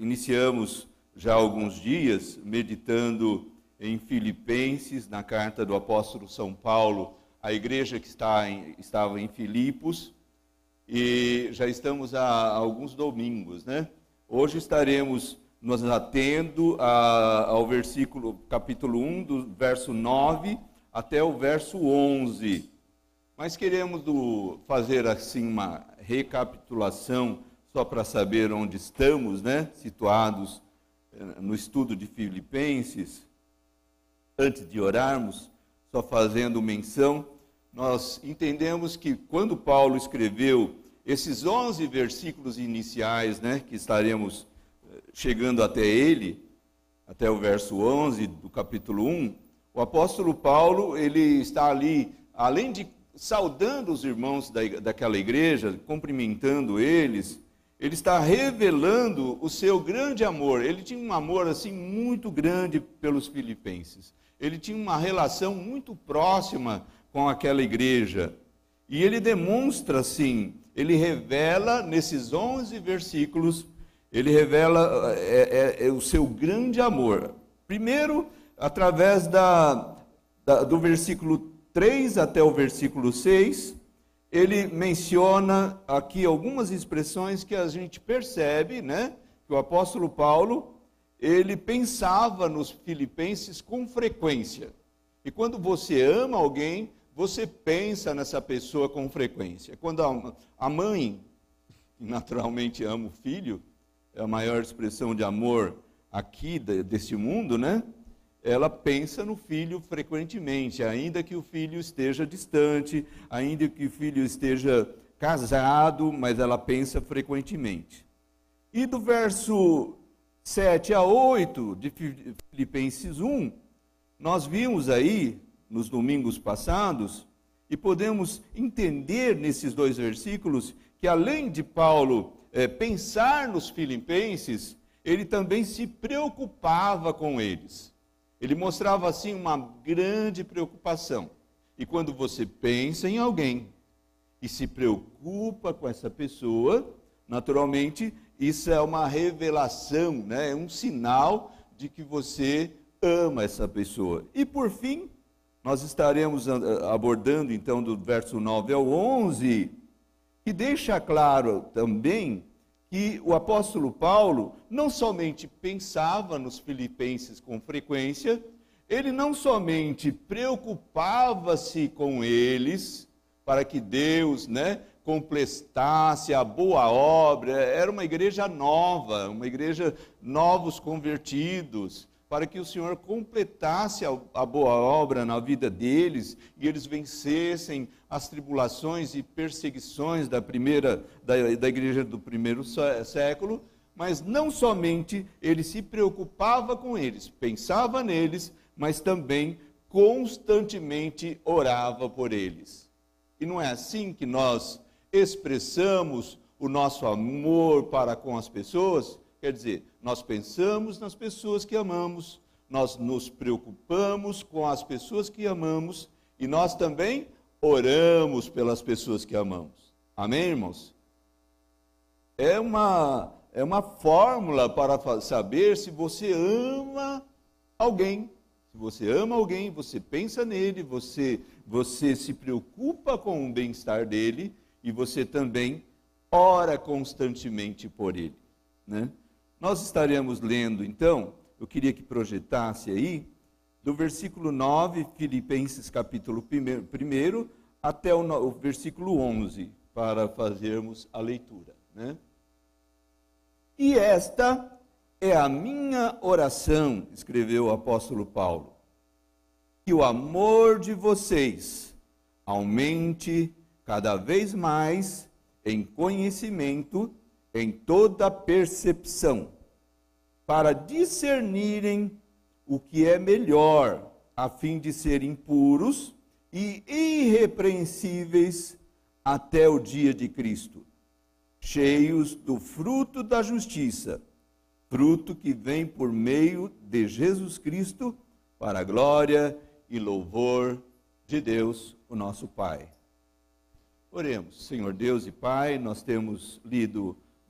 iniciamos já há alguns dias meditando em Filipenses, na carta do apóstolo São Paulo, à igreja que estava em Filipos, e já estamos há alguns domingos, né? Hoje estaremos nos atendo ao versículo, capítulo 1, do verso 9 até o verso 11. Mas queremos fazer assim uma recapitulação, só para saber onde estamos, né? Situados no estudo de Filipenses. Antes de orarmos, só fazendo menção, nós entendemos que quando Paulo escreveu esses 11 versículos iniciais, né, que estaremos chegando até ele, até o verso 11 do capítulo 1, o apóstolo Paulo, ele está ali, além de saudando os irmãos daquela igreja, cumprimentando eles, ele está revelando o seu grande amor. Ele tinha um amor assim muito grande pelos filipenses. Ele tinha uma relação muito próxima com aquela igreja. E ele demonstra assim, ele revela nesses 11 versículos, ele revela o seu grande amor. Primeiro, através do versículo 3 até o versículo 6, ele menciona aqui algumas expressões que a gente percebe, né? Que o apóstolo Paulo, ele pensava nos filipenses com frequência. E quando você ama alguém, você pensa nessa pessoa com frequência. Quando a mãe, que naturalmente ama o filho, é a maior expressão de amor aqui deste mundo, né? Ela pensa no filho frequentemente, ainda que o filho esteja distante, ainda que o filho esteja casado, mas ela pensa frequentemente. E do verso 7 a 8 de Filipenses 1, nós vimos aí, nos domingos passados, e podemos entender nesses dois versículos, que além de Paulo pensar nos filipenses, ele também se preocupava com eles. Ele mostrava assim uma grande preocupação. E quando você pensa em alguém e se preocupa com essa pessoa, naturalmente isso é uma revelação, né? É um sinal de que você ama essa pessoa. E por fim, nós estaremos abordando então do verso 9 ao 11, que deixa claro também que o apóstolo Paulo não somente pensava nos filipenses com frequência, ele não somente preocupava-se com eles, para que Deus, né, completasse a boa obra. Era uma igreja nova, uma igreja novos convertidos, para que o Senhor completasse a boa obra na vida deles e eles vencessem as tribulações e perseguições da igreja do primeiro século, mas não somente ele se preocupava com eles, pensava neles, mas também constantemente orava por eles. E não é assim que nós expressamos o nosso amor para com as pessoas? Quer dizer, nós pensamos nas pessoas que amamos, nós nos preocupamos com as pessoas que amamos e nós também oramos pelas pessoas que amamos. Amém, irmãos? É uma fórmula para saber se você ama alguém. Se você ama alguém, você pensa nele, você se preocupa com o bem-estar dele e você também ora constantemente por ele, né? Nós estaremos lendo, então, eu queria que projetasse aí, do versículo 9, Filipenses capítulo 1, até o versículo 11, para fazermos a leitura, né? E esta é a minha oração, escreveu o apóstolo Paulo, que o amor de vocês aumente cada vez mais em conhecimento, em toda percepção, para discernirem o que é melhor, a fim de serem puros e irrepreensíveis até o dia de Cristo, cheios do fruto da justiça, fruto que vem por meio de Jesus Cristo, para a glória e louvor de Deus, o nosso Pai. Oremos. Senhor Deus e Pai, nós temos lido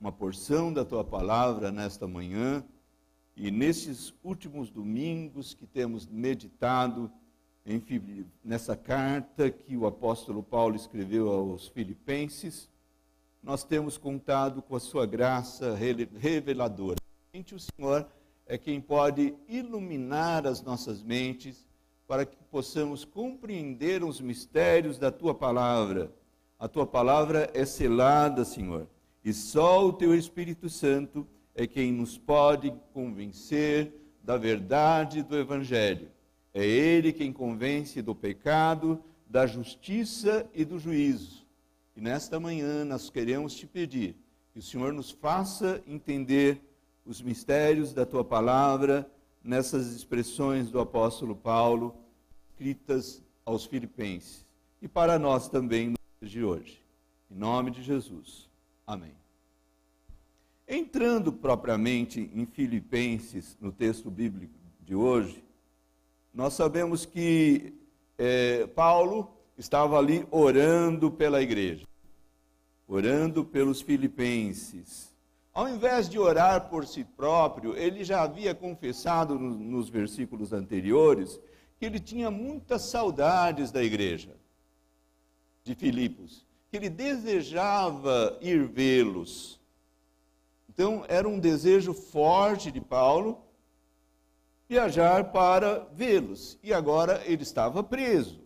uma porção da tua palavra nesta manhã e nesses últimos domingos que temos meditado nessa carta que o apóstolo Paulo escreveu aos Filipenses, nós temos contado com a sua graça reveladora. O Senhor é quem pode iluminar as nossas mentes para que possamos compreender os mistérios da tua palavra. A tua palavra é selada, Senhor, e só o teu Espírito Santo é quem nos pode convencer da verdade do Evangelho. É Ele quem convence do pecado, da justiça e do juízo. E nesta manhã nós queremos te pedir que o Senhor nos faça entender os mistérios da tua palavra nessas expressões do apóstolo Paulo, escritas aos Filipenses. E para nós também no dia de hoje. Em nome de Jesus. Amém. Entrando propriamente em Filipenses, no texto bíblico de hoje, nós sabemos que Paulo estava ali orando pela igreja, orando pelos filipenses. Ao invés de orar por si próprio, ele já havia confessado nos versículos anteriores que ele tinha muitas saudades da igreja de Filipos, que ele desejava ir vê-los. Então, era um desejo forte de Paulo viajar para vê-los. E agora ele estava preso.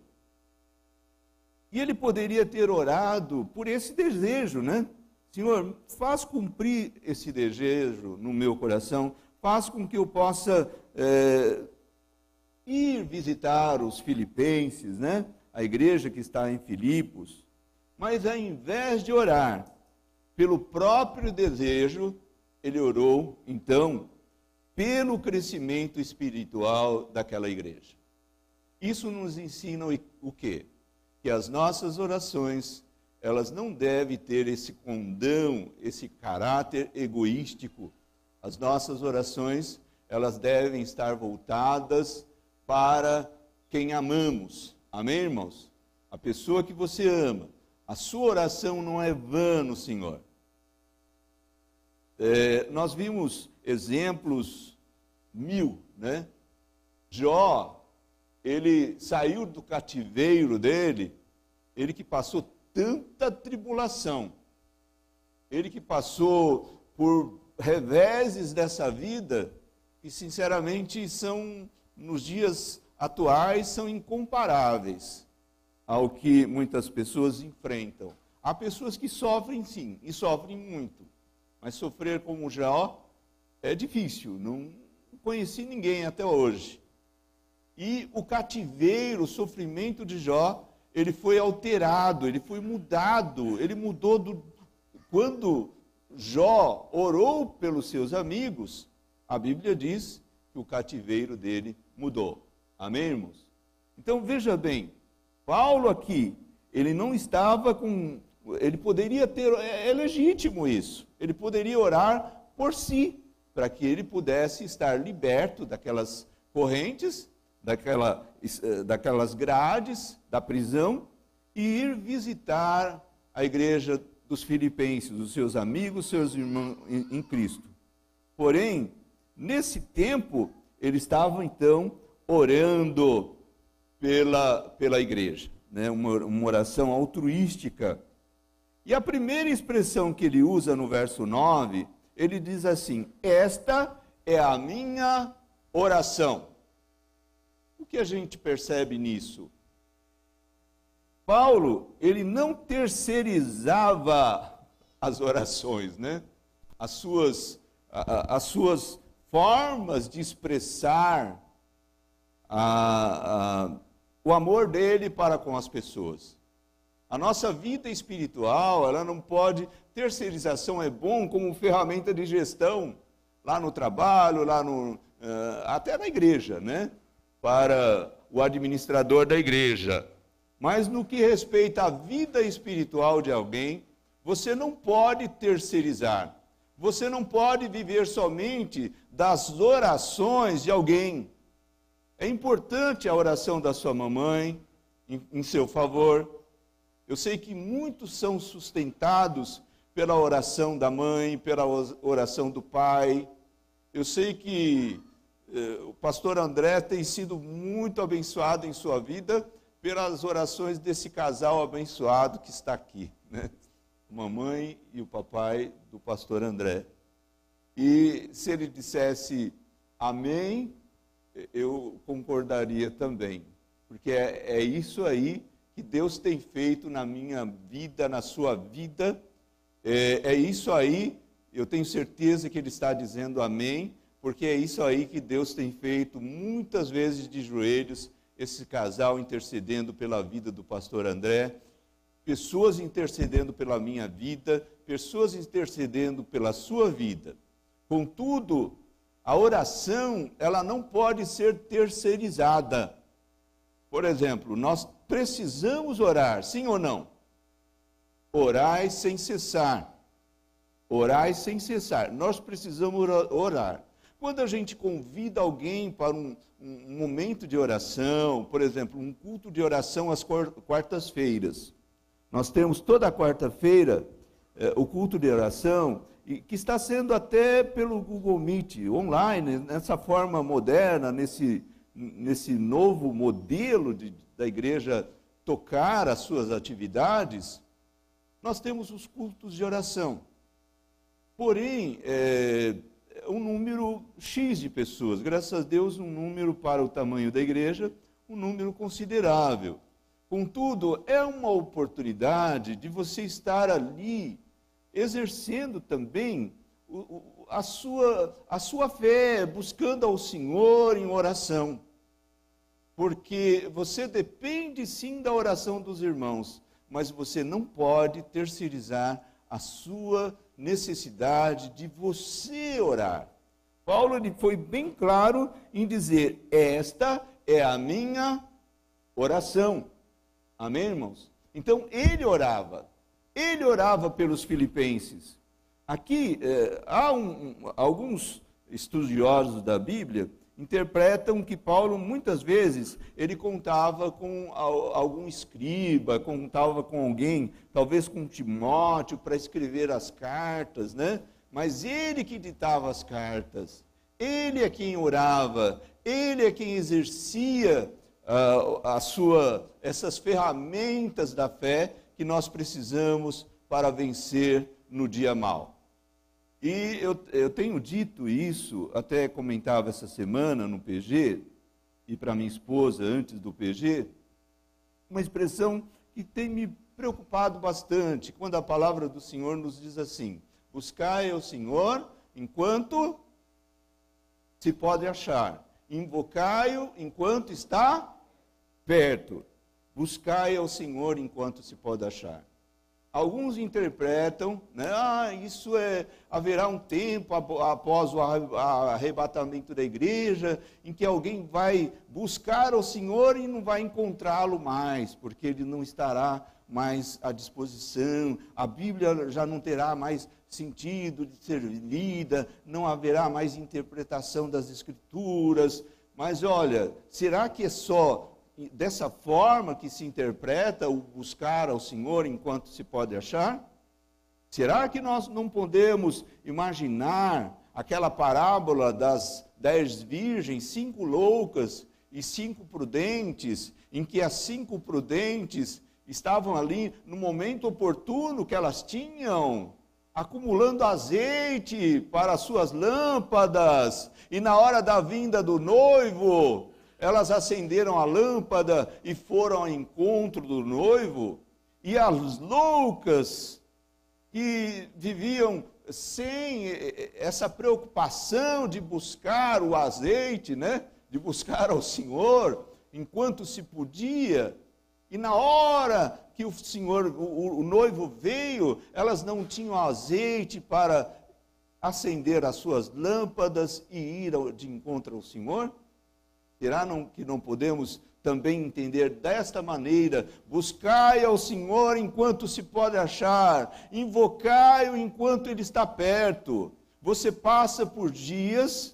E ele poderia ter orado por esse desejo, né? Senhor, faz cumprir esse desejo no meu coração, faz com que eu possa ir visitar os filipenses, né? A igreja que está em Filipos. Mas ao invés de orar pelo próprio desejo, ele orou, então, pelo crescimento espiritual daquela igreja. Isso nos ensina o quê? Que as nossas orações, elas não devem ter esse condão, esse caráter egoístico. As nossas orações, elas devem estar voltadas para quem amamos. Amém, irmãos? A pessoa que você ama. A sua oração não é vã no Senhor. Nós vimos exemplos mil, né? Jó, ele saiu do cativeiro dele, ele que passou tanta tribulação, ele que passou por reveses dessa vida, que sinceramente nos dias atuais, são incomparáveis ao que muitas pessoas enfrentam. Há pessoas que sofrem sim, e sofrem muito, mas sofrer como Jó é difícil, não conheci ninguém até hoje. E o cativeiro, o sofrimento de Jó, ele foi alterado, ele foi mudado, ele mudou quando Jó orou pelos seus amigos, a Bíblia diz que o cativeiro dele mudou. Amém, irmãos? Então veja bem, Paulo aqui, ele não estava ele poderia ter, é legítimo isso, ele poderia orar por si, para que ele pudesse estar liberto daquelas correntes, daquelas grades da prisão, e ir visitar a igreja dos filipenses, os seus amigos, seus irmãos em Cristo. Porém, nesse tempo, ele estava então orando pela igreja, né? Uma oração altruística. E a primeira expressão que ele usa no verso 9, ele diz assim: esta é a minha oração. O que a gente percebe nisso? Paulo, ele não terceirizava as orações, né? As suas formas de expressar o amor dele para com as pessoas. A nossa vida espiritual, ela não pode, terceirização é bom como ferramenta de gestão, lá no trabalho, até na igreja, né? Para o administrador da igreja. Mas no que respeita à vida espiritual de alguém, você não pode terceirizar. Você não pode viver somente das orações de alguém. É importante a oração da sua mamãe em seu favor. Eu sei que muitos são sustentados pela oração da mãe, pela oração do pai. Eu sei que o pastor André tem sido muito abençoado em sua vida pelas orações desse casal abençoado que está aqui, né? A mamãe e o papai do pastor André. E se ele dissesse amém, eu concordaria também, porque é isso aí que Deus tem feito na minha vida, na sua vida, é isso aí, eu tenho certeza que ele está dizendo amém, porque é isso aí que Deus tem feito muitas vezes de joelhos, esse casal intercedendo pela vida do pastor André, pessoas intercedendo pela minha vida, pessoas intercedendo pela sua vida. Contudo, a oração, ela não pode ser terceirizada. Por exemplo, nós precisamos orar, sim ou não? Orai sem cessar. Orai sem cessar. Nós precisamos orar. Quando a gente convida alguém para um momento de oração, por exemplo, um culto de oração às quartas-feiras, nós temos toda quarta-feira o culto de oração, que está sendo até pelo Google Meet, online, nessa forma moderna, nesse novo modelo da igreja tocar as suas atividades, nós temos os cultos de oração. Porém, um número X de pessoas, graças a Deus, um número para o tamanho da igreja, um número considerável. Contudo, é uma oportunidade de você estar ali, exercendo também a sua fé, buscando ao Senhor em oração. Porque você depende sim da oração dos irmãos, mas você não pode terceirizar a sua necessidade de você orar. Paulo ele foi bem claro em dizer, esta é a minha oração. Amém, irmãos? Então, ele orava pelos filipenses. Aqui, alguns estudiosos da Bíblia interpretam que Paulo, muitas vezes, ele contava com algum escriba, contava com alguém, talvez com Timóteo, para escrever as cartas, né? Mas ele que ditava as cartas, ele é quem orava, ele é quem exercia essas ferramentas da fé que nós precisamos para vencer no dia mau. E eu tenho dito isso, até comentava essa semana no PG, e para minha esposa antes do PG, uma expressão que tem me preocupado bastante, quando a palavra do Senhor nos diz assim, buscai ao Senhor enquanto se pode achar, invocai-o enquanto está perto, buscai ao Senhor enquanto se pode achar. Alguns interpretam, né, haverá um tempo após o arrebatamento da igreja, em que alguém vai buscar ao Senhor e não vai encontrá-lo mais, porque ele não estará mais à disposição, a Bíblia já não terá mais sentido de ser lida, não haverá mais interpretação das Escrituras. Mas olha, será que é só dessa forma que se interpreta o buscar ao Senhor enquanto se pode achar? Será que nós não podemos imaginar aquela parábola das 10 virgens, 5 loucas e 5 prudentes, em que as 5 prudentes estavam ali no momento oportuno que elas tinham, acumulando azeite para as suas lâmpadas, e na hora da vinda do noivo, elas acenderam a lâmpada e foram ao encontro do noivo, e as loucas que viviam sem essa preocupação de buscar o azeite, né? De buscar ao Senhor enquanto se podia, e na hora que o noivo veio, elas não tinham azeite para acender as suas lâmpadas e ir de encontro ao Senhor? Será que não podemos também entender desta maneira? Buscai ao Senhor enquanto se pode achar, invocai-o enquanto Ele está perto. Você passa por dias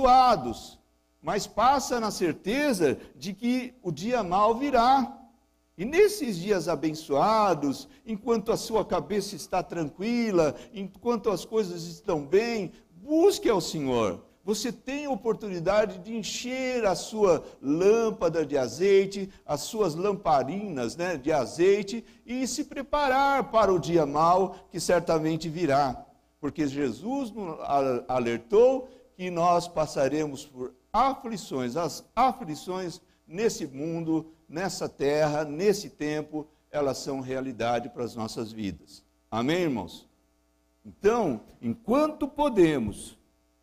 abençoados, mas passa na certeza de que o dia mau virá. E nesses dias abençoados, enquanto a sua cabeça está tranquila, enquanto as coisas estão bem, busque ao Senhor. Você tem a oportunidade de encher a sua lâmpada de azeite, as suas lamparinas, né, de azeite, e se preparar para o dia mau que certamente virá. Porque Jesus nos alertou que nós passaremos por aflições. As aflições nesse mundo, nessa terra, nesse tempo, elas são realidade para as nossas vidas. Amém, irmãos? Então, enquanto podemos,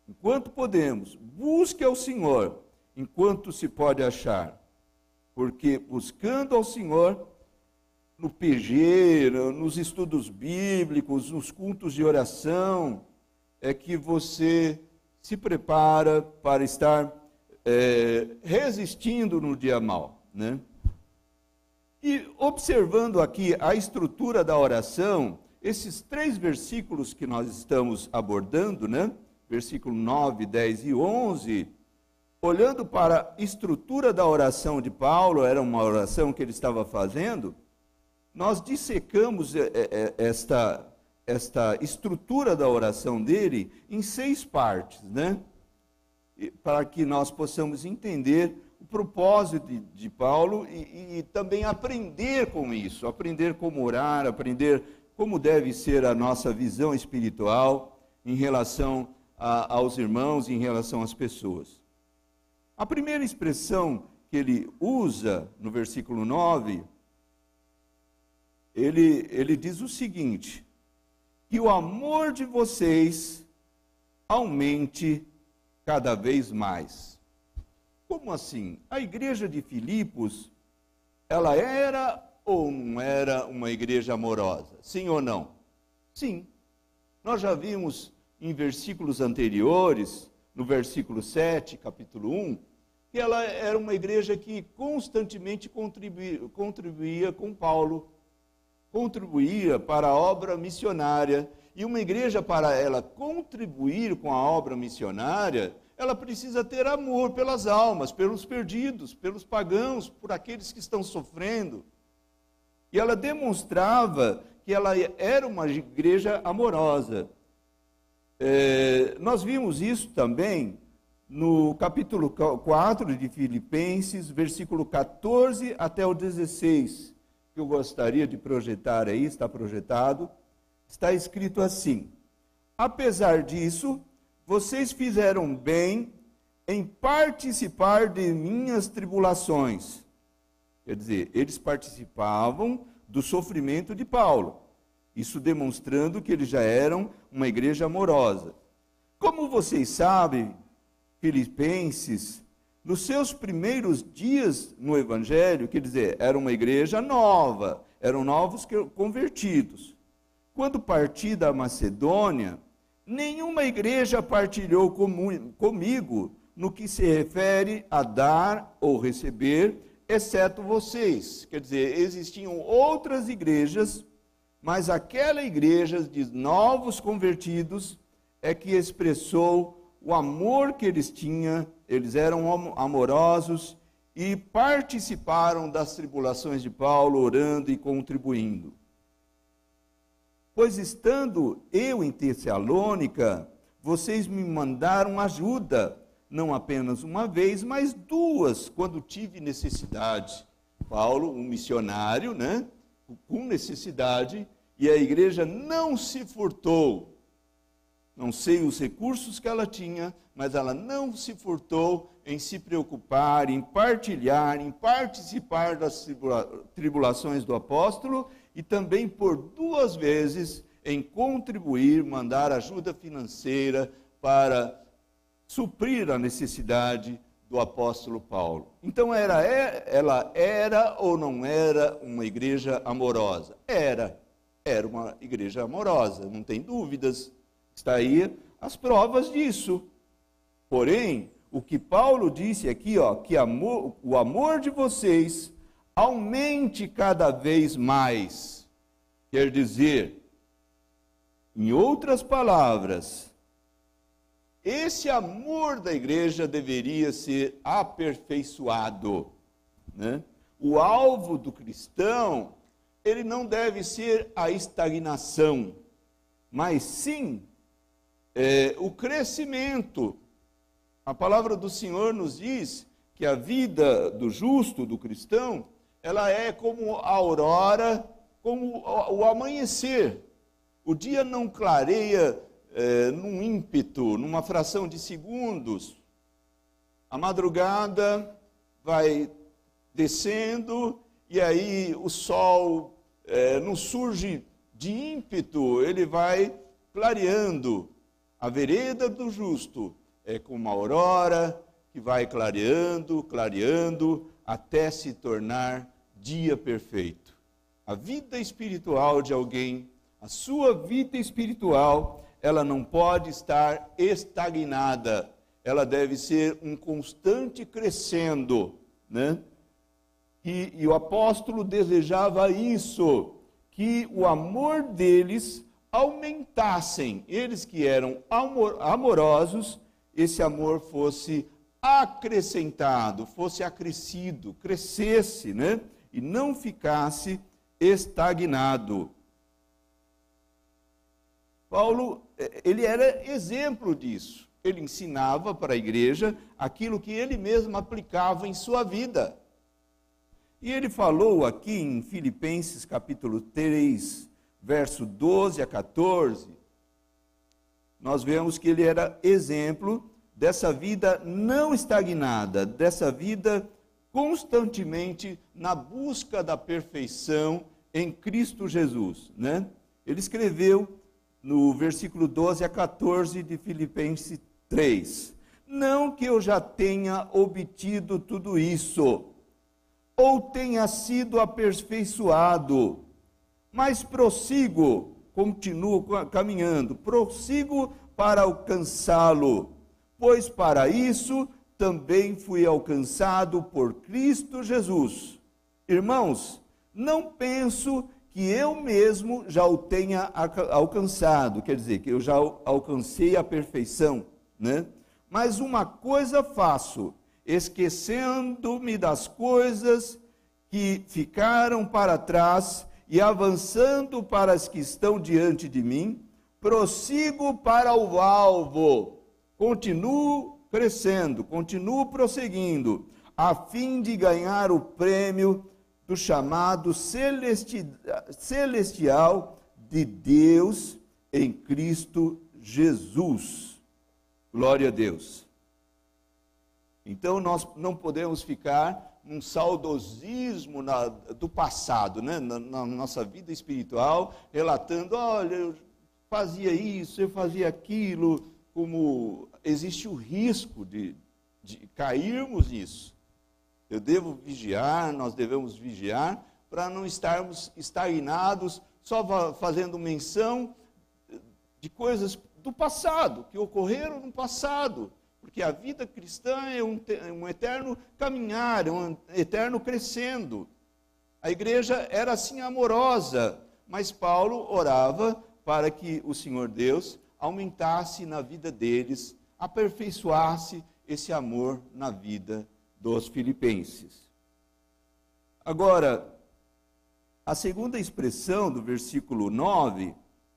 busque ao Senhor, enquanto se pode achar. Porque buscando ao Senhor, no PG, nos estudos bíblicos, nos cultos de oração, é que você se prepara para estar resistindo no dia mau, né? E observando aqui a estrutura da oração, esses 3 versículos que nós estamos abordando, né? Versículo 9, 10 e 11, olhando para a estrutura da oração de Paulo, era uma oração que ele estava fazendo, nós dissecamos esta estrutura da oração dele em 6 partes, né? Para que nós possamos entender o propósito de Paulo e também aprender com isso, aprender como orar, aprender como deve ser a nossa visão espiritual em relação aos irmãos, em relação às pessoas. A primeira expressão que ele usa no versículo 9, ele diz o seguinte: que o amor de vocês aumente cada vez mais. Como assim? A igreja de Filipos, ela era ou não era uma igreja amorosa? Sim ou não? Sim. Nós já vimos em versículos anteriores, no versículo 7, capítulo 1, que ela era uma igreja que constantemente contribuía com Paulo, contribuía para a obra missionária. E uma igreja, para ela contribuir com a obra missionária, ela precisa ter amor pelas almas, pelos perdidos, pelos pagãos, por aqueles que estão sofrendo. E ela demonstrava que ela era uma igreja amorosa. Nós vimos isso também no capítulo 4 de Filipenses, versículo 14 até o 16, que eu gostaria de projetar aí, está projetado. Está escrito assim: apesar disso, vocês fizeram bem em participar de minhas tribulações. Quer dizer, eles participavam do sofrimento de Paulo. Isso demonstrando que eles já eram uma igreja amorosa. Como vocês sabem, Filipenses, nos seus primeiros dias no Evangelho, quer dizer, era uma igreja nova, eram novos convertidos. Quando parti da Macedônia, nenhuma igreja partilhou comigo no que se refere a dar ou receber, exceto vocês. Quer dizer, existiam outras igrejas, mas aquela igreja de novos convertidos é que expressou o amor que eles tinham, eles eram amorosos e participaram das tribulações de Paulo, orando e contribuindo. Pois estando eu em Tessalônica, vocês me mandaram ajuda, não apenas uma vez, mas 2, quando tive necessidade. Paulo, um missionário, né, com necessidade, e a igreja não se furtou. Não sei os recursos que ela tinha, mas ela não se furtou em se preocupar, em partilhar, em participar das tribulações do apóstolo, e também por 2 vezes em contribuir, mandar ajuda financeira para suprir a necessidade do apóstolo Paulo. Então ela era ou não era uma igreja amorosa? Era uma igreja amorosa, não tem dúvidas. Está aí as provas disso. Porém, o que Paulo disse aqui, que o amor de vocês aumente cada vez mais. Quer dizer, em outras palavras, esse amor da igreja deveria ser aperfeiçoado, né? o alvo do cristão, ele não deve ser a estagnação, mas sim o crescimento. A palavra do Senhor nos diz que a vida do justo, do cristão, ela é como a aurora, como o amanhecer. O dia não clareia num ímpeto, numa fração de segundos. A madrugada vai descendo e aí o sol não surge de ímpeto, ele vai clareando. A vereda do justo é como uma aurora que vai clareando, clareando, até se tornar dia perfeito. A vida espiritual de alguém, a sua vida espiritual, ela não pode estar estagnada. Ela deve ser um constante crescendo, né? E o apóstolo desejava isso, que o amor deles aumentassem. Eles que eram amorosos, esse amor fosse acrescentado, fosse acrescido, crescesse, né? E não ficasse estagnado. Paulo, ele era exemplo disso. Ele ensinava para a igreja aquilo que ele mesmo aplicava em sua vida. E ele falou aqui em Filipenses capítulo 3, verso 12 a 14, nós vemos que ele era exemplo dessa vida não estagnada, dessa vida constantemente na busca da perfeição em Cristo Jesus, né? Ele escreveu no versículo 12 a 14 de Filipenses 3, não que eu já tenha obtido tudo isso, ou tenha sido aperfeiçoado, mas prossigo, continuo caminhando, prossigo para alcançá-lo, pois para isso também fui alcançado por Cristo Jesus. Irmãos, não penso que eu mesmo já o tenha alcançado, quer dizer, que eu já alcancei a perfeição, né? Mas uma coisa faço, esquecendo-me das coisas que ficaram para trás e avançando para as que estão diante de mim, prossigo para o alvo, continuo crescendo, continuo prosseguindo, a fim de ganhar o prêmio do chamado celestial de Deus em Cristo Jesus. Glória a Deus. Então nós não podemos ficar num saudosismo do passado, né? Na nossa vida espiritual, relatando, olha, eu fazia isso, eu fazia aquilo, como existe o risco de cairmos nisso. Eu devo vigiar, nós devemos vigiar, para não estarmos estagnados, só fazendo menção de coisas do passado, que ocorreram no passado. Porque a vida cristã é um eterno caminhar, é um eterno crescendo. A igreja era assim amorosa, mas Paulo orava para que o Senhor Deus aumentasse na vida deles, aperfeiçoasse esse amor na vida dos filipenses. Agora, a segunda expressão do versículo 9,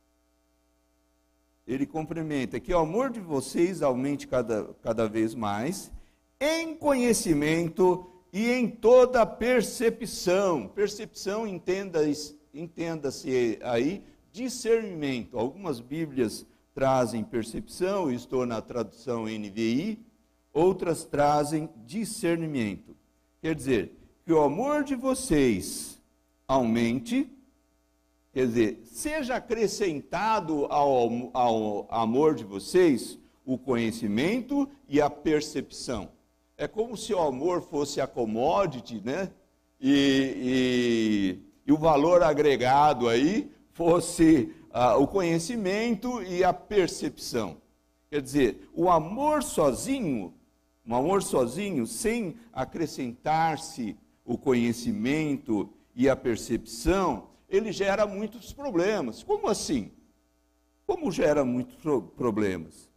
ele complementa que o amor de vocês aumente cada vez mais, em conhecimento e em toda percepção. Percepção, entenda-se aí, discernimento. Algumas Bíblias trazem percepção, eu estou na tradução NVI, outras trazem discernimento. Quer dizer, que o amor de vocês aumente, quer dizer, seja acrescentado ao amor de vocês o conhecimento e a percepção. É como se o amor fosse a commodity, né? E o valor agregado aí fosse o conhecimento e a percepção. Quer dizer, o amor sozinho, sem acrescentar-se o conhecimento e a percepção, ele gera muitos problemas. Como assim? Como gera muitos problemas?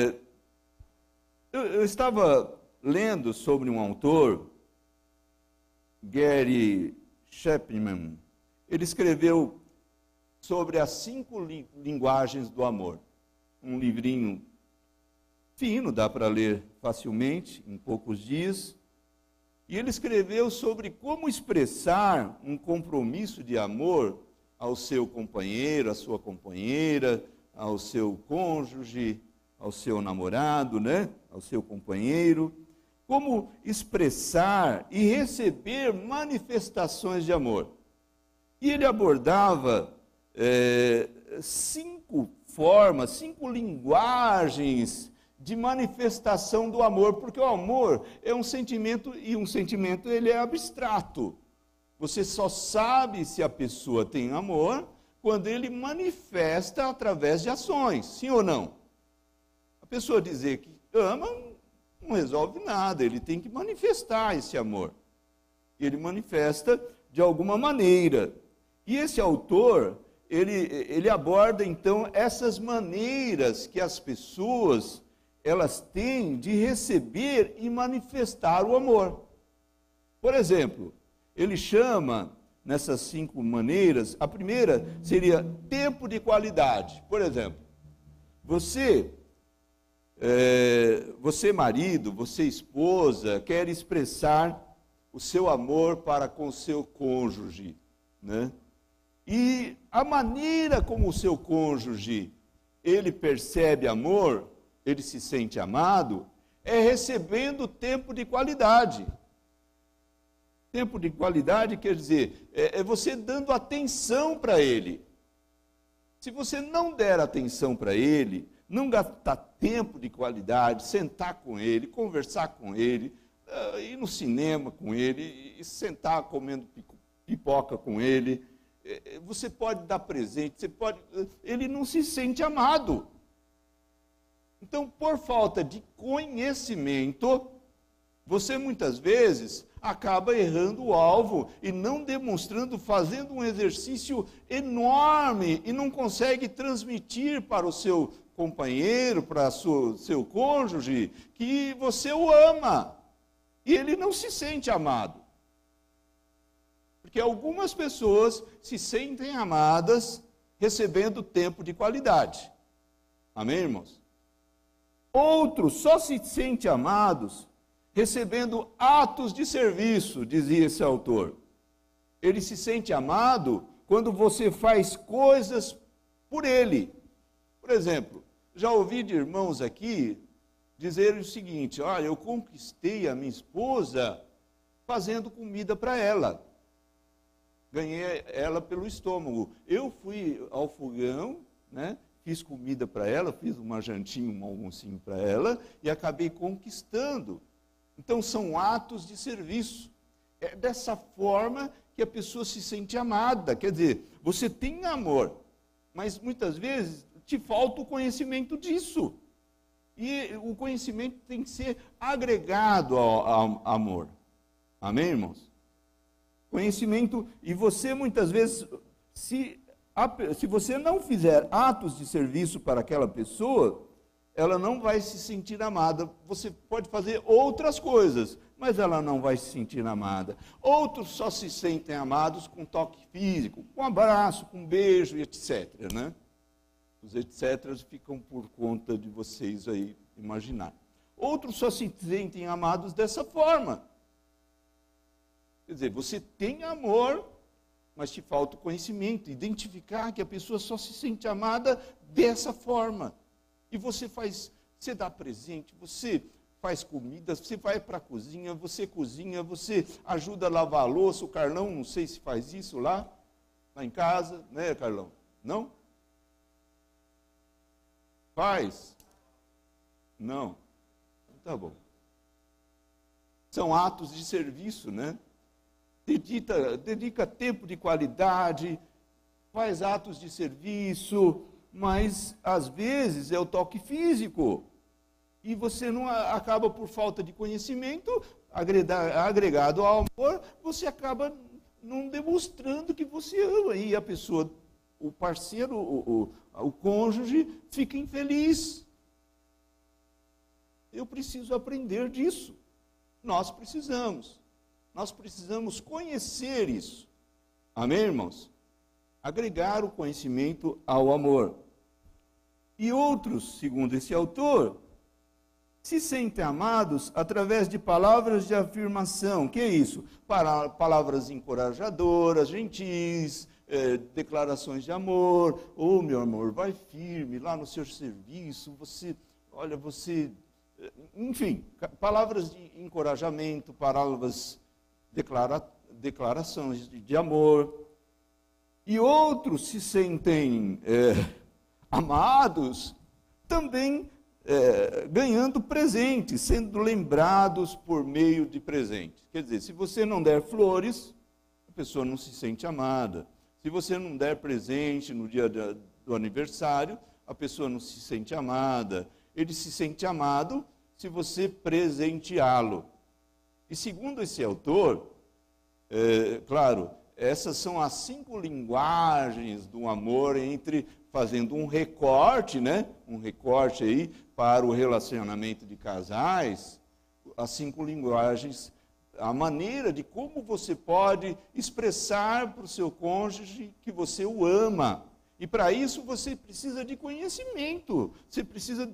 Eu estava lendo sobre um autor Gary Chapman, ele escreveu sobre as 5 linguagens do amor. Um livrinho fino, dá para ler facilmente, em poucos dias. E ele escreveu sobre como expressar um compromisso de amor ao seu companheiro, à sua companheira, ao seu cônjuge, ao seu namorado, né? Ao seu companheiro. Como expressar e receber manifestações de amor. E ele abordava 5 formas, 5 linguagens de manifestação do amor, porque o amor é um sentimento, e um sentimento ele é abstrato. Você só sabe se a pessoa tem amor quando ele manifesta através de ações, sim ou não? A pessoa dizer que ama não resolve nada, ele tem que manifestar esse amor. Ele manifesta de alguma maneira. E esse autor, ele aborda então essas maneiras que as pessoas elas têm de receber e manifestar o amor. Por exemplo, ele chama nessas 5 maneiras, a primeira seria tempo de qualidade. Por exemplo, você marido, você esposa, quer expressar o seu amor para com o seu cônjuge, né? E a maneira como o seu cônjuge, ele percebe amor, ele se sente amado, é recebendo tempo de qualidade. Tempo de qualidade quer dizer, é você dando atenção para ele. Se você não der atenção para ele, não gastar tempo de qualidade, sentar com ele, conversar com ele, ir no cinema com ele, e sentar comendo pipoca com ele, você pode dar presente, ele não se sente amado. Então, por falta de conhecimento, você muitas vezes acaba errando o alvo e não demonstrando, fazendo um exercício enorme e não consegue transmitir para o seu companheiro, para o seu cônjuge, que você o ama. E ele não se sente amado. Porque algumas pessoas se sentem amadas recebendo tempo de qualidade. Amém, irmãos? Outros só se sentem amados recebendo atos de serviço, dizia esse autor. Ele se sente amado quando você faz coisas por ele. Por exemplo, já ouvi de irmãos aqui dizerem o seguinte: olha, eu conquistei a minha esposa fazendo comida para ela. Ganhei ela pelo estômago. Eu fui ao fogão, né? Fiz comida para ela, fiz uma jantinha, um almocinho para ela e acabei conquistando. Então são atos de serviço. É dessa forma que a pessoa se sente amada. Quer dizer, você tem amor, mas muitas vezes te falta o conhecimento disso. E o conhecimento tem que ser agregado ao amor. Amém, irmãos? Conhecimento, e você muitas vezes, se você não fizer atos de serviço para aquela pessoa, ela não vai se sentir amada. Você pode fazer outras coisas, mas ela não vai se sentir amada. Outros só se sentem amados com toque físico, com abraço, com beijo, etc. Né? Os etc. ficam por conta de vocês aí imaginar. Outros só se sentem amados dessa forma. Quer dizer, você tem amor, mas te falta o conhecimento, identificar que a pessoa só se sente amada dessa forma. E você dá presente, você faz comida, você vai para a cozinha, você ajuda a lavar a louça. O Carlão, não sei se faz isso lá em casa, né, Carlão? Não? Faz? Não. Tá bom. São atos de serviço, né? Dedica tempo de qualidade, faz atos de serviço, mas às vezes é o toque físico. E você não acaba, por falta de conhecimento, agregado ao amor, você acaba não demonstrando que você ama. E a pessoa, o parceiro, o cônjuge, fica infeliz. Eu preciso aprender disso. Nós precisamos. Nós precisamos conhecer isso. Amém, irmãos? Agregar o conhecimento ao amor. E outros, segundo esse autor, se sentem amados através de palavras de afirmação. Que é isso? Palavras encorajadoras, gentis, declarações de amor. Oh, meu amor, vai firme lá no seu serviço. Enfim, palavras de encorajamento, palavras, declarações de amor. E outros se sentem amados também ganhando presentes, sendo lembrados por meio de presentes. Quer dizer, se você não der flores, a pessoa não se sente amada. Se você não der presente no dia do aniversário, a pessoa não se sente amada. Ele se sente amado se você presenteá-lo. E segundo esse autor, claro, essas são as 5 linguagens do amor, fazendo um recorte, né? Um recorte aí para o relacionamento de casais, as 5 linguagens, a maneira de como você pode expressar para o seu cônjuge que você o ama. E para isso você precisa de conhecimento, você precisa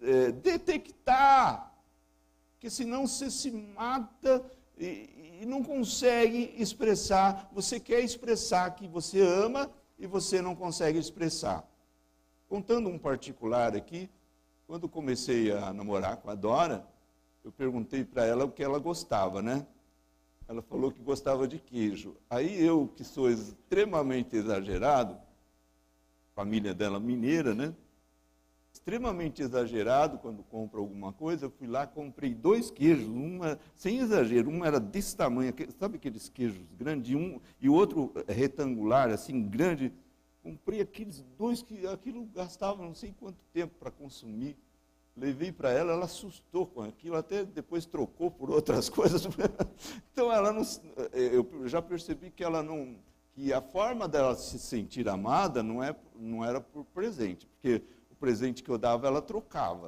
detectar, porque senão você se mata e não consegue expressar. Você quer expressar que você ama e você não consegue expressar. Contando um particular aqui, quando comecei a namorar com a Dora, eu perguntei para ela o que ela gostava, né? Ela falou que gostava de queijo. Aí eu, que sou extremamente exagerado, família dela mineira, né? Extremamente exagerado, quando compro alguma coisa, eu fui lá, comprei 2 queijos, sem exagero, um era desse tamanho, sabe aqueles queijos grandes, e o outro retangular, assim, grande. Comprei aqueles 2, que aquilo gastava não sei quanto tempo para consumir. Levei para ela, ela assustou com aquilo, até depois trocou por outras coisas. Então, eu já percebi que que a forma dela se sentir amada não era por presente, porque o presente que eu dava, ela trocava.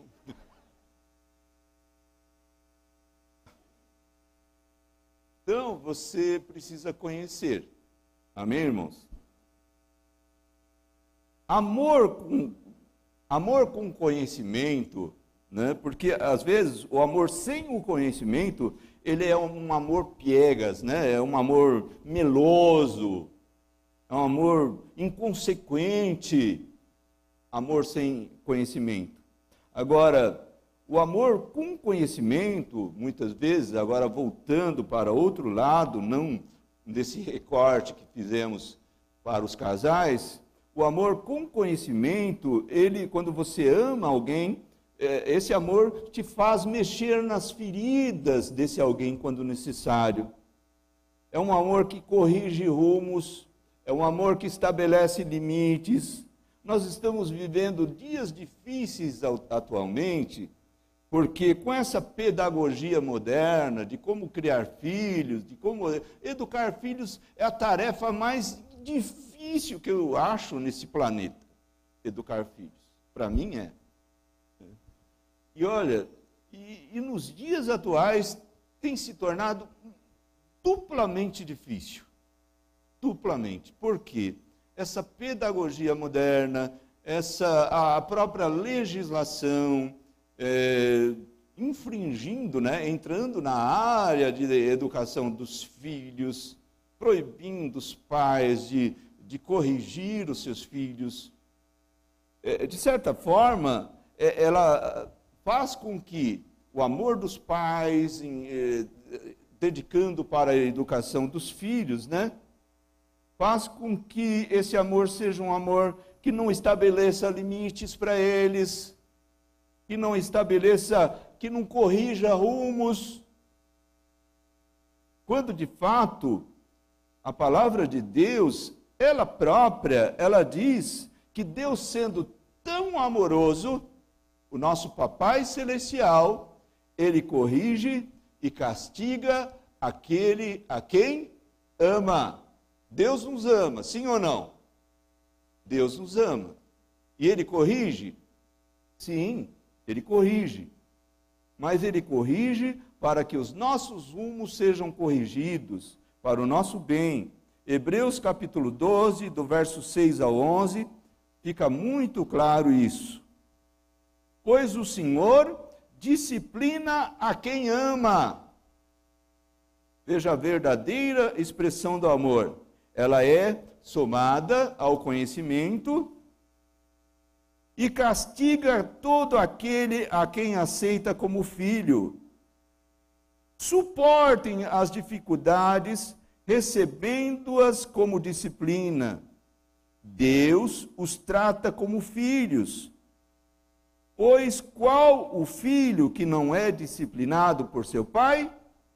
Então, você precisa conhecer. Amém, irmãos? Amor com conhecimento, né? Porque às vezes o amor sem o conhecimento, ele é um amor piegas, né? É um amor meloso, é um amor inconsequente, amor sem conhecimento. Agora, o amor com conhecimento, muitas vezes, agora voltando para outro lado, não desse recorte que fizemos para os casais, o amor com conhecimento, quando você ama alguém, esse amor te faz mexer nas feridas desse alguém quando necessário. É um amor que corrige rumos, é um amor que estabelece limites. Nós estamos vivendo dias difíceis atualmente, porque com essa pedagogia moderna de como criar filhos, de como educar filhos, é a tarefa mais difícil que eu acho nesse planeta, educar filhos. Para mim é. E olha, e nos dias atuais tem se tornado duplamente difícil. Duplamente. Por quê? Essa pedagogia moderna, a própria legislação, infringindo, né, entrando na área de educação dos filhos, proibindo os pais de corrigir os seus filhos. De certa forma, ela faz com que o amor dos pais, dedicando para a educação dos filhos, né, faz com que esse amor seja um amor que não estabeleça limites para eles, que não corrija rumos, quando de fato a palavra de Deus, ela própria, ela diz que Deus, sendo tão amoroso, o nosso Papai Celestial, Ele corrige e castiga aquele a quem ama. Deus nos ama, sim ou não? Deus nos ama. E Ele corrige? Sim, Ele corrige. Mas Ele corrige para que os nossos rumos sejam corrigidos para o nosso bem. Hebreus capítulo 12, do verso 6 ao 11, fica muito claro isso. Pois o Senhor disciplina a quem ama. Veja a verdadeira expressão do amor. Ela é somada ao conhecimento e castiga todo aquele a quem aceita como filho. Suportem as dificuldades, recebendo-as como disciplina. Deus os trata como filhos. Pois qual o filho que não é disciplinado por seu pai?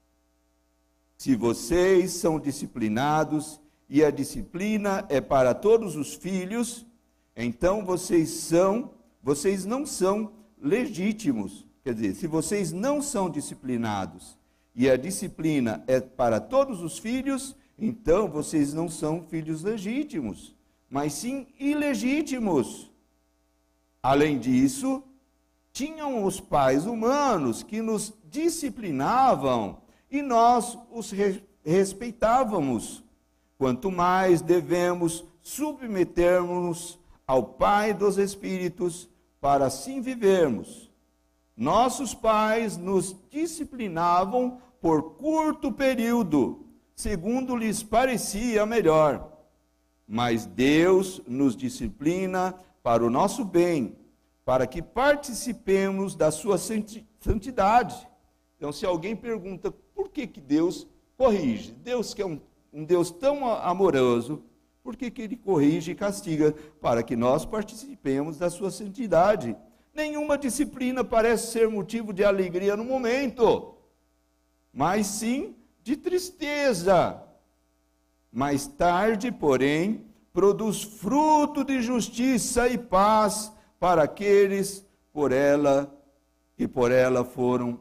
Se vocês são disciplinados e a disciplina é para todos os filhos, então vocês não são legítimos. Quer dizer, se vocês não são disciplinados e a disciplina é para todos os filhos, então vocês não são filhos legítimos, mas sim ilegítimos. Além disso, tinham os pais humanos que nos disciplinavam e nós os respeitávamos. Quanto mais devemos submetermos ao Pai dos Espíritos para assim vivermos. Nossos pais nos disciplinavam por curto período, segundo lhes parecia melhor. Mas Deus nos disciplina para o nosso bem, para que participemos da sua santidade. Então, se alguém pergunta por que Deus corrige, Deus que é um Deus tão amoroso, por que Ele corrige e castiga? Para que nós participemos da sua santidade. Nenhuma disciplina parece ser motivo de alegria no momento, mas sim de tristeza. Mais tarde, porém, produz fruto de justiça e paz para aqueles que por ela foram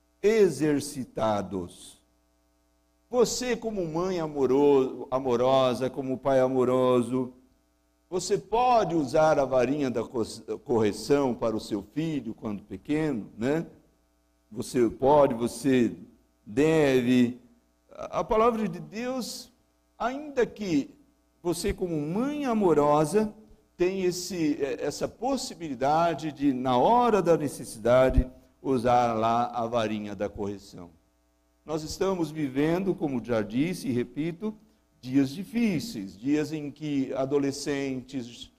exercitados. Você, como mãe amorosa, como pai amoroso, você pode usar a varinha da correção para o seu filho quando pequeno, né? Você pode, você deve. A palavra de Deus, ainda que você, como mãe amorosa, tem essa possibilidade de, na hora da necessidade, usar lá a varinha da correção. Nós estamos vivendo, como já disse e repito, dias difíceis, dias em que adolescentes,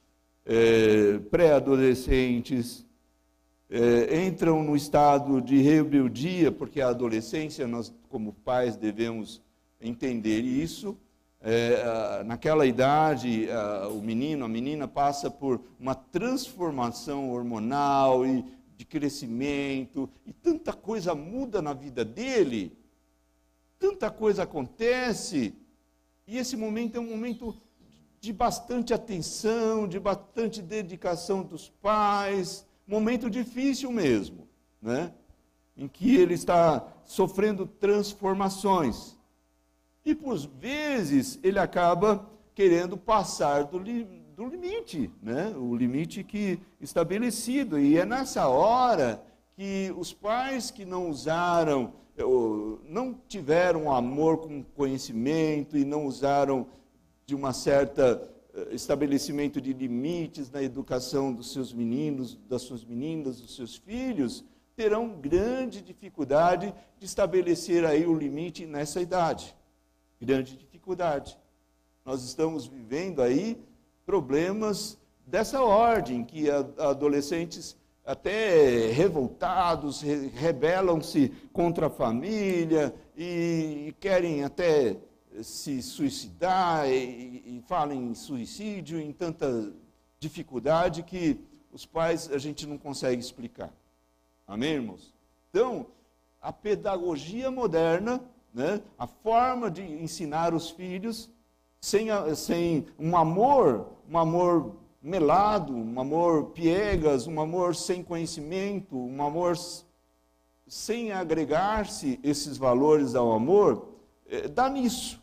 pré-adolescentes, entram no estado de rebeldia, porque a adolescência, nós como pais devemos entender isso. Naquela idade, o menino, a menina passa por uma transformação hormonal e de crescimento, e tanta coisa muda na vida dele, tanta coisa acontece, e esse momento é um momento de bastante atenção, de bastante dedicação dos pais, momento difícil mesmo, né? Em que ele está sofrendo transformações. E, por vezes, ele acaba querendo passar do limite, né? O limite que estabelecido. E é nessa hora que os pais que não usaram, não tiveram amor com conhecimento e não usaram de uma certa estabelecimento de limites na educação dos seus meninos, das suas meninas, dos seus filhos, terão grande dificuldade de estabelecer aí o limite nessa idade. Grande dificuldade. Nós estamos vivendo aí problemas dessa ordem, que adolescentes até revoltados, rebelam-se contra a família e querem até se suicidar e falam em suicídio, em tanta dificuldade que os pais a gente não consegue explicar. Amém, irmãos? Então, a pedagogia moderna, né, a forma de ensinar os filhos sem um amor melado, um amor piegas, um amor sem conhecimento, um amor sem agregar-se esses valores ao amor, dá nisso.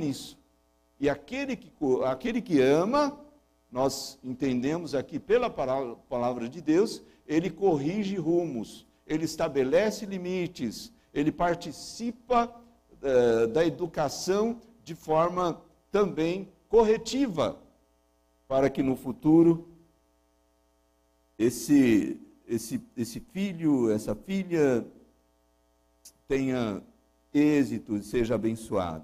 E aquele que ama, nós entendemos aqui pela palavra de Deus, ele corrige rumos, ele estabelece limites, ele participa da educação de forma também corretiva, para que no futuro esse filho, essa filha tenha êxito e seja abençoado.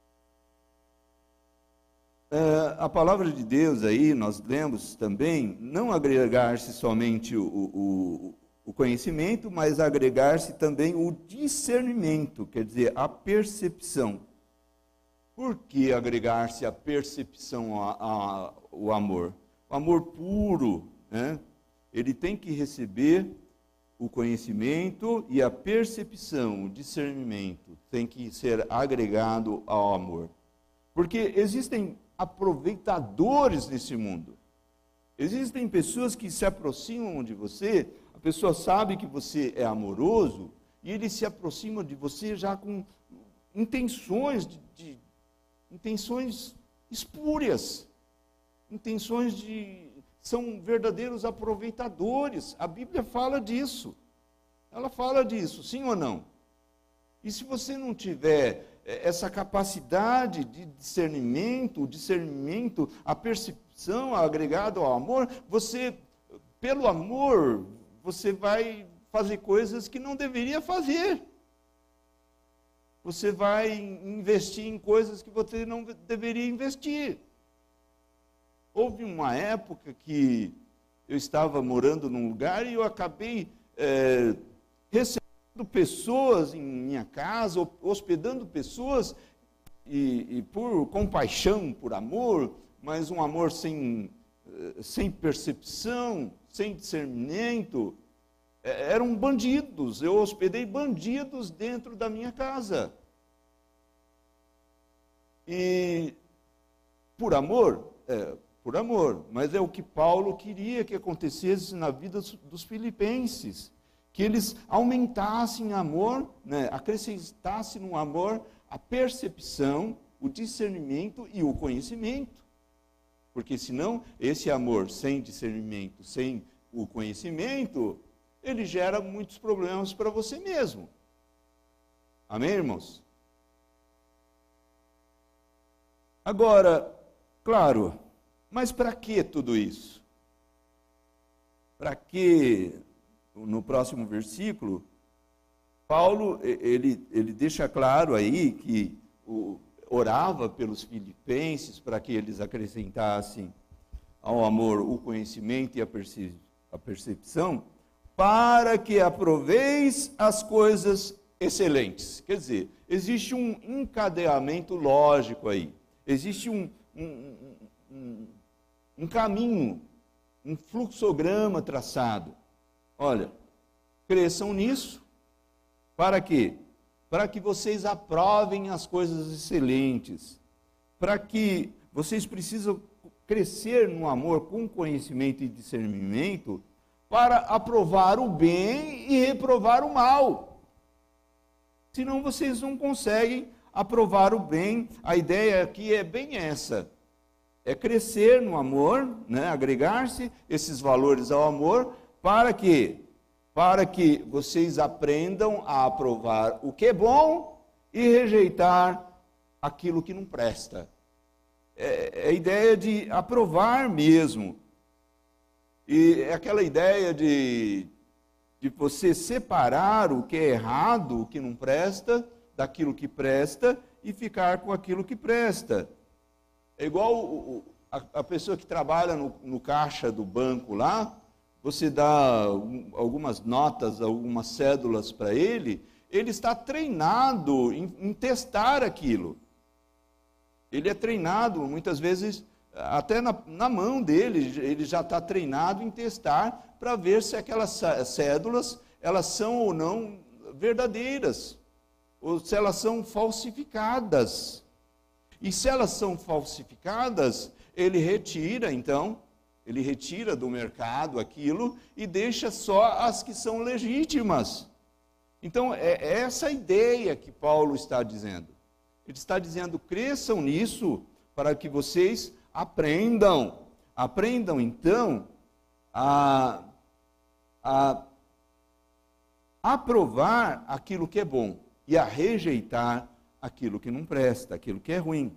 A palavra de Deus aí, nós lemos também, não agregar-se somente o conhecimento, mas agregar-se também o discernimento, quer dizer, a percepção. Por que agregar-se a percepção ao amor? O amor puro, né? Ele tem que receber o conhecimento e a percepção, o discernimento, tem que ser agregado ao amor. Porque existem aproveitadores nesse mundo. Existem pessoas que se aproximam de você, a pessoa sabe que você é amoroso, e ele se aproxima de você já com intenções intenções espúrias, são verdadeiros aproveitadores. A Bíblia fala disso. Ela fala disso, sim ou não? E se você não tiver essa capacidade de discernimento, a percepção agregada ao amor, pelo amor, você vai fazer coisas que não deveria fazer. Você vai investir em coisas que você não deveria investir. Houve uma época que eu estava morando num lugar e eu acabei recebendo pessoas em minha casa, hospedando pessoas, e por compaixão, por amor, mas um amor sem percepção, sem discernimento. Eram bandidos, eu hospedei bandidos dentro da minha casa. E por amor, mas é o que Paulo queria que acontecesse na vida dos filipenses, que eles aumentassem amor, né, acrescentassem no amor a percepção, o discernimento e o conhecimento. Porque senão, esse amor sem discernimento, sem o conhecimento, ele gera muitos problemas para você mesmo. Amém, irmãos? Agora, claro, mas para que tudo isso? Para que, no próximo versículo, Paulo, ele deixa claro aí que orava pelos filipenses para que eles acrescentassem ao amor o conhecimento e a percepção, para que aproveis as coisas excelentes. Quer dizer, existe um encadeamento lógico aí. Existe um caminho, um fluxograma traçado. Olha, cresçam nisso. Para quê? Para que vocês aprovem as coisas excelentes. Para que vocês precisam crescer no amor com conhecimento e discernimento, para aprovar o bem e reprovar o mal. Senão vocês não conseguem aprovar o bem. A ideia aqui é bem essa. É crescer no amor, né? Agregar-se esses valores ao amor, para que vocês aprendam a aprovar o que é bom e rejeitar aquilo que não presta. É a ideia de aprovar mesmo. E é aquela ideia de você separar o que é errado, o que não presta, daquilo que presta, e ficar com aquilo que presta. É igual a pessoa que trabalha no caixa do banco lá, você dá algumas notas, algumas cédulas para ele está treinado em testar aquilo. Ele é treinado, muitas vezes, até na mão dele, ele já está treinado em testar para ver se aquelas cédulas, elas são ou não verdadeiras, ou se elas são falsificadas. E se elas são falsificadas, ele retira do mercado aquilo e deixa só as que são legítimas. Então, é essa a ideia que Paulo está dizendo. Ele está dizendo, cresçam nisso para que vocês aprendam. Aprendam, então, a aprovar aquilo que é bom e a rejeitar aquilo que não presta, aquilo que é ruim.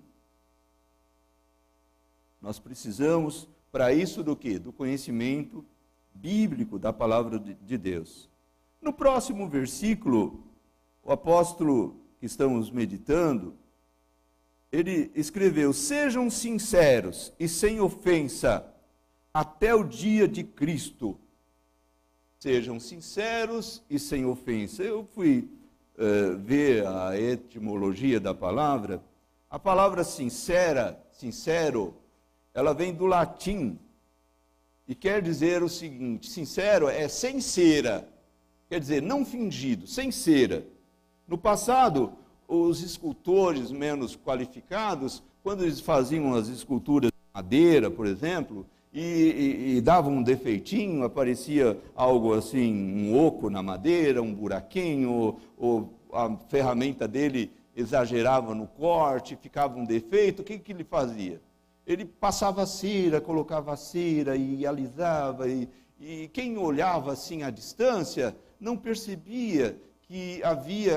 Nós precisamos, para isso, do quê? Do conhecimento bíblico da palavra de Deus. No próximo versículo, o apóstolo que estamos meditando, ele escreveu: sejam sinceros e sem ofensa até o dia de Cristo. Sejam sinceros e sem ofensa. Eu fui ver a etimologia da palavra. A palavra sincera, sincero, ela vem do latim e quer dizer o seguinte: sincero é sem cera, quer dizer não fingido, sem cera. No passado, os escultores menos qualificados, quando eles faziam as esculturas de madeira, por exemplo, e davam um defeitinho, aparecia algo assim, um oco na madeira, um buraquinho, ou a ferramenta dele exagerava no corte, ficava um defeito, o que ele fazia? Ele passava cera, colocava cera e alisava, e quem olhava assim à distância não percebia que havia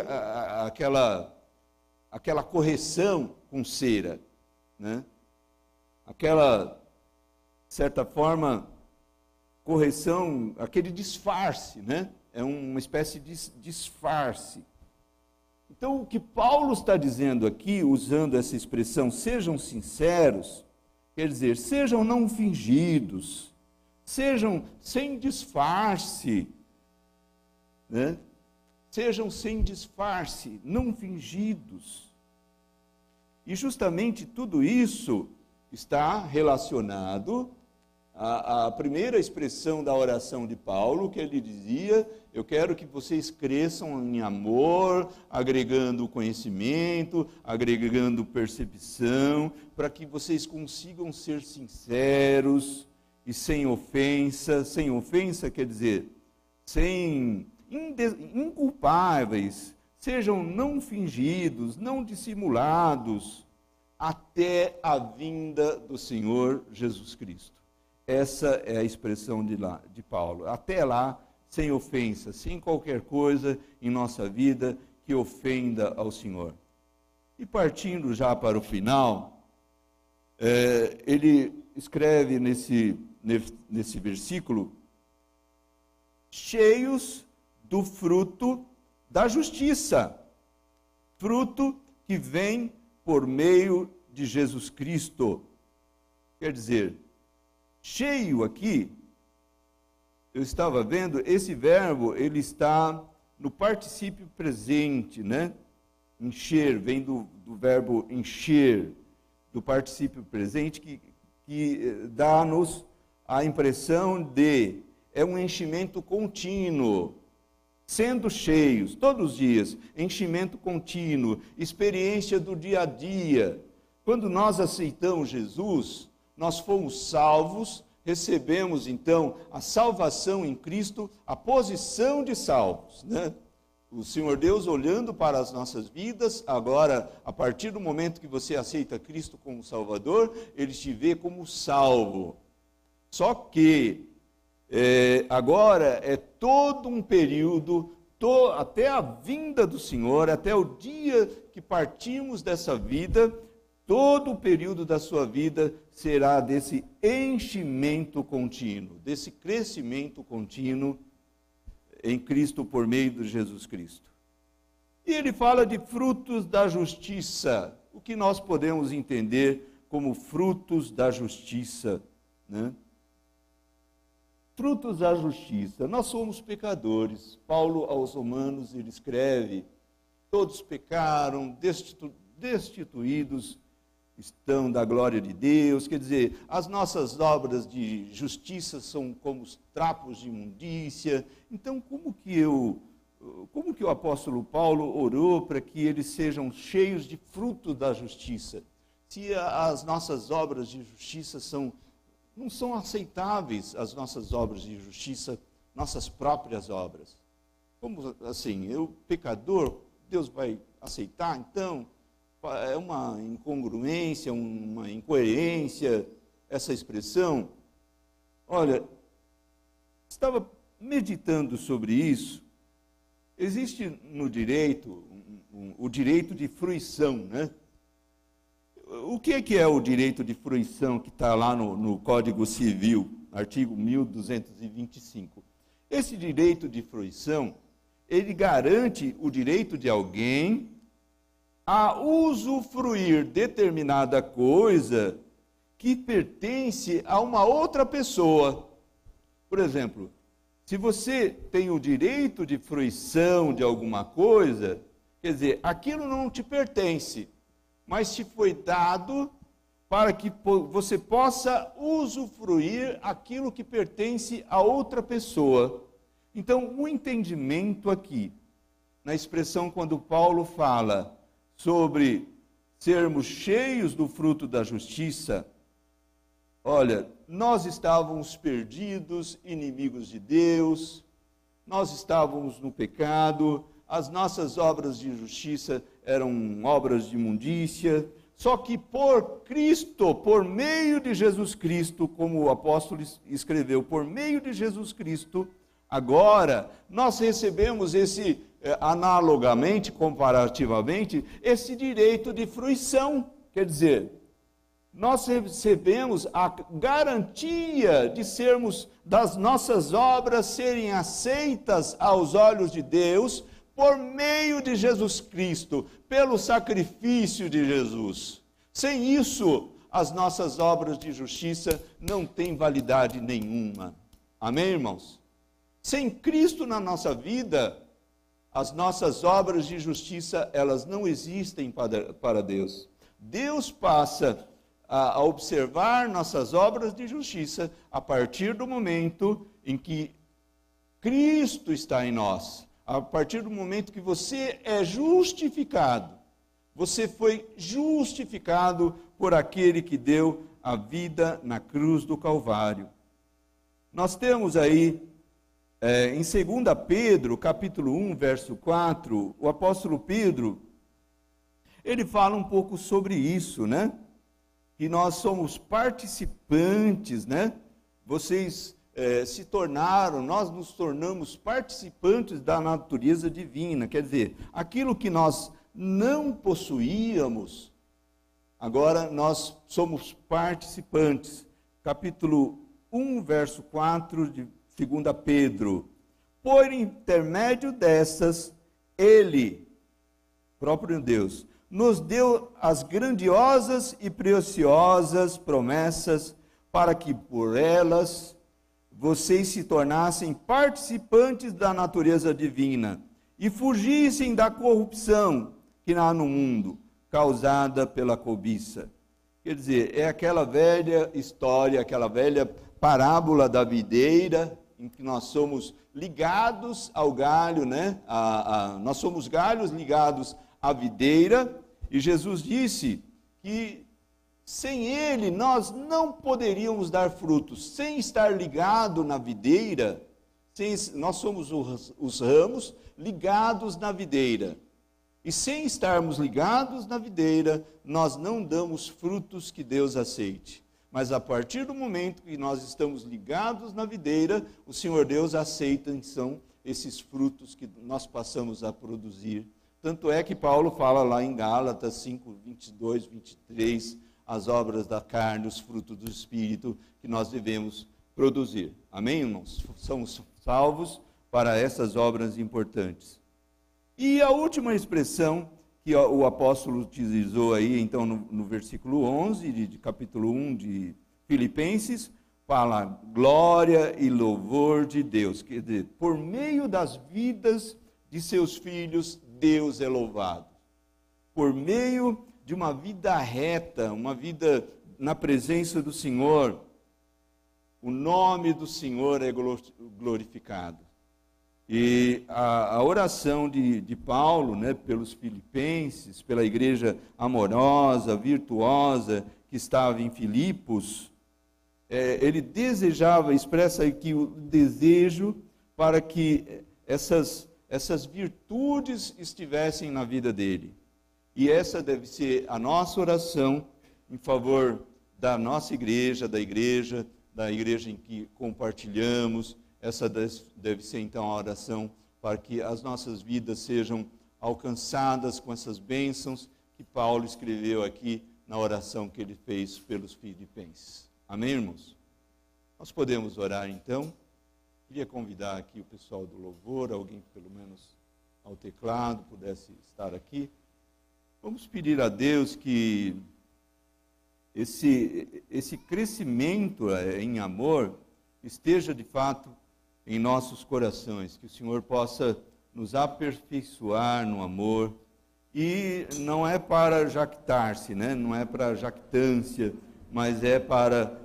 aquela correção com cera, né? Aquela, de certa forma, correção, aquele disfarce, né? É uma espécie de disfarce. Então, o que Paulo está dizendo aqui, usando essa expressão, sejam sinceros, quer dizer, sejam não fingidos, sejam sem disfarce, né? Sejam sem disfarce, não fingidos. E justamente tudo isso está relacionado à primeira expressão da oração de Paulo, que ele dizia: eu quero que vocês cresçam em amor, agregando conhecimento, agregando percepção, para que vocês consigam ser sinceros e sem ofensa. Sem ofensa quer dizer, sem inculpáveis, sejam não fingidos, não dissimulados, até a vinda do Senhor Jesus Cristo. Essa é a expressão de Paulo. Até lá, sem ofensa, sem qualquer coisa em nossa vida que ofenda ao Senhor. E partindo já para o final, ele escreve nesse versículo: cheios do fruto da justiça, fruto que vem por meio de Jesus Cristo. Quer dizer, cheio aqui, eu estava vendo, esse verbo, ele está no particípio presente, né? Encher, vem do verbo encher, do particípio presente, que dá-nos a impressão de, é um enchimento contínuo, sendo cheios, todos os dias, enchimento contínuo, experiência do dia a dia. Quando nós aceitamos Jesus, nós fomos salvos, recebemos então a salvação em Cristo, a posição de salvos, né? O Senhor Deus olhando para as nossas vidas, agora, a partir do momento que você aceita Cristo como Salvador, Ele te vê como salvo. Só que agora é todo um período, até a vinda do Senhor, até o dia que partimos dessa vida, todo o período da sua vida será desse enchimento contínuo, desse crescimento contínuo em Cristo por meio de Jesus Cristo. E ele fala de frutos da justiça, o que nós podemos entender como frutos da justiça, né? Frutos da justiça. Nós somos pecadores. Paulo aos Romanos, ele escreve: todos pecaram, destituídos estão da glória de Deus. Quer dizer, as nossas obras de justiça são como os trapos de imundícia. Então, como que o apóstolo Paulo orou para que eles sejam cheios de fruto da justiça? Se as nossas obras de justiça não são aceitáveis, as nossas obras de justiça, nossas próprias obras. Como assim? Eu, pecador, Deus vai aceitar? Então, é uma incongruência, uma incoerência, essa expressão. Olha, estava meditando sobre isso, existe no direito o direito de fruição, né? O que é o direito de fruição que está lá no Código Civil, artigo 1225? Esse direito de fruição, ele garante o direito de alguém a usufruir determinada coisa que pertence a uma outra pessoa. Por exemplo, se você tem o direito de fruição de alguma coisa, quer dizer, aquilo não te pertence, mas te foi dado para que você possa usufruir aquilo que pertence a outra pessoa. Então, o entendimento aqui, na expressão quando Paulo fala sobre sermos cheios do fruto da justiça, olha, nós estávamos perdidos, inimigos de Deus, nós estávamos no pecado, as nossas obras de justiça eram obras de imundícia, só que por Cristo, por meio de Jesus Cristo, como o apóstolo escreveu, por meio de Jesus Cristo, agora nós recebemos analogamente, comparativamente, esse direito de fruição, quer dizer, nós recebemos a garantia de das nossas obras serem aceitas aos olhos de Deus por meio de Jesus Cristo, pelo sacrifício de Jesus. Sem isso, as nossas obras de justiça não têm validade nenhuma. Amém, irmãos? Sem Cristo na nossa vida, as nossas obras de justiça, elas não existem para Deus. Deus passa a observar nossas obras de justiça a partir do momento em que Cristo está em nós. A partir do momento que você é justificado. Você foi justificado por aquele que deu a vida na cruz do Calvário. Nós temos aí, em 2 Pedro, capítulo 1, verso 4, o apóstolo Pedro, ele fala um pouco sobre isso, né? Que nós somos participantes, né? Vocês nós nos tornamos participantes da natureza divina, quer dizer, aquilo que nós não possuíamos, agora nós somos participantes. Capítulo 1, verso 4 de 2 Pedro. Por intermédio dessas, Ele, próprio Deus, nos deu as grandiosas e preciosas promessas para que por elas vocês se tornassem participantes da natureza divina e fugissem da corrupção que há no mundo, causada pela cobiça. Quer dizer, é aquela velha história, aquela velha parábola da videira, em que nós somos ligados ao galho, né? Nós somos galhos ligados à videira, e Jesus disse que sem Ele nós não poderíamos dar frutos. Sem estar ligado na videira, nós somos os ramos ligados na videira. E sem estarmos ligados na videira, nós não damos frutos que Deus aceite. Mas a partir do momento que nós estamos ligados na videira, o Senhor Deus aceita, então, esses frutos que nós passamos a produzir. Tanto é que Paulo fala lá em Gálatas 5, 22, 23, as obras da carne, os frutos do Espírito que nós devemos produzir. Amém, irmãos? Somos salvos para essas obras importantes. E a última expressão que o apóstolo utilizou aí, então, no versículo 11, de capítulo 1 de Filipenses, fala glória e louvor de Deus. Quer dizer, por meio das vidas de seus filhos, Deus é louvado. Por meio de uma vida reta, uma vida na presença do Senhor, o nome do Senhor é glorificado. E a oração de Paulo, né, pelos filipenses, pela igreja amorosa, virtuosa, que estava em Filipos, ele desejava, expressa aqui o desejo para que essas virtudes estivessem na vida dele. E essa deve ser a nossa oração em favor da nossa igreja, da igreja em que compartilhamos. Essa deve ser, então, a oração para que as nossas vidas sejam alcançadas com essas bênçãos que Paulo escreveu aqui na oração que ele fez pelos filipenses. Amém, irmãos? Nós podemos orar então. Queria convidar aqui o pessoal do louvor, alguém que pelo menos ao teclado pudesse estar aqui. Vamos pedir a Deus que esse crescimento em amor esteja de fato em nossos corações, que o Senhor possa nos aperfeiçoar no amor. E não é para jactar-se, né? Não é para jactância, mas é para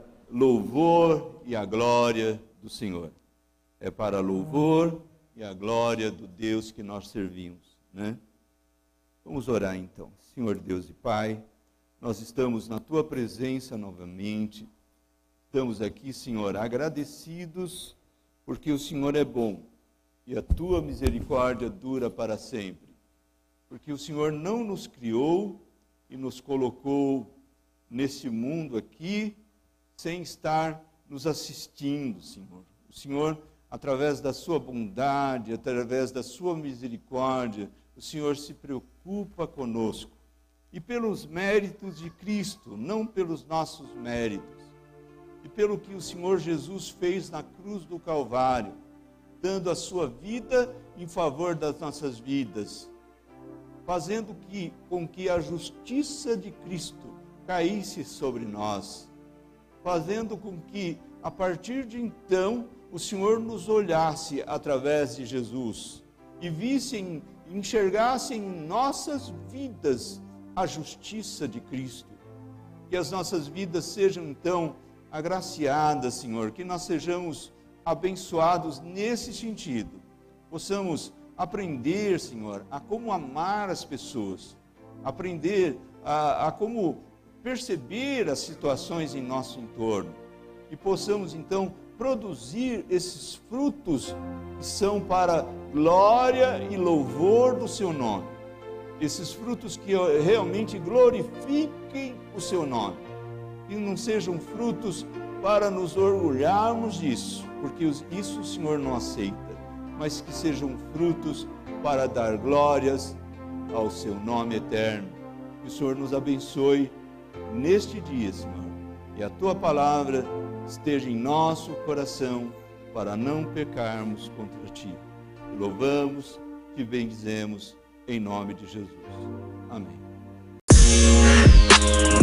louvor e a glória do Senhor. É para louvor e a glória do Deus que nós servimos, né? Vamos orar então. Senhor Deus e Pai, nós estamos na Tua presença novamente. Estamos aqui, Senhor, agradecidos porque o Senhor é bom e a Tua misericórdia dura para sempre. Porque o Senhor não nos criou e nos colocou nesse mundo aqui sem estar nos assistindo, Senhor. O Senhor, através da sua bondade, através da sua misericórdia, o Senhor se preocupa conosco. E pelos méritos de Cristo, não pelos nossos méritos. E pelo que o Senhor Jesus fez na cruz do Calvário, dando a sua vida em favor das nossas vidas, fazendo com que a justiça de Cristo caísse sobre nós, fazendo com que, a partir de então, o Senhor nos olhasse através de Jesus e enxergasse em nossas vidas a justiça de Cristo. Que as nossas vidas sejam, então, agraciadas, Senhor, que nós sejamos abençoados nesse sentido, possamos aprender, Senhor, a como amar as pessoas, aprender a como perceber as situações em nosso entorno e possamos então produzir esses frutos que são para glória e louvor do Seu nome, esses frutos que realmente glorifiquem o Seu nome, que não sejam frutos para nos orgulharmos disso, porque isso o Senhor não aceita, mas que sejam frutos para dar glórias ao Seu nome eterno. Que o Senhor nos abençoe neste dia, Senhor, e a Tua palavra esteja em nosso coração para não pecarmos contra Ti. Te louvamos, Te bendizemos, em nome de Jesus. Amém.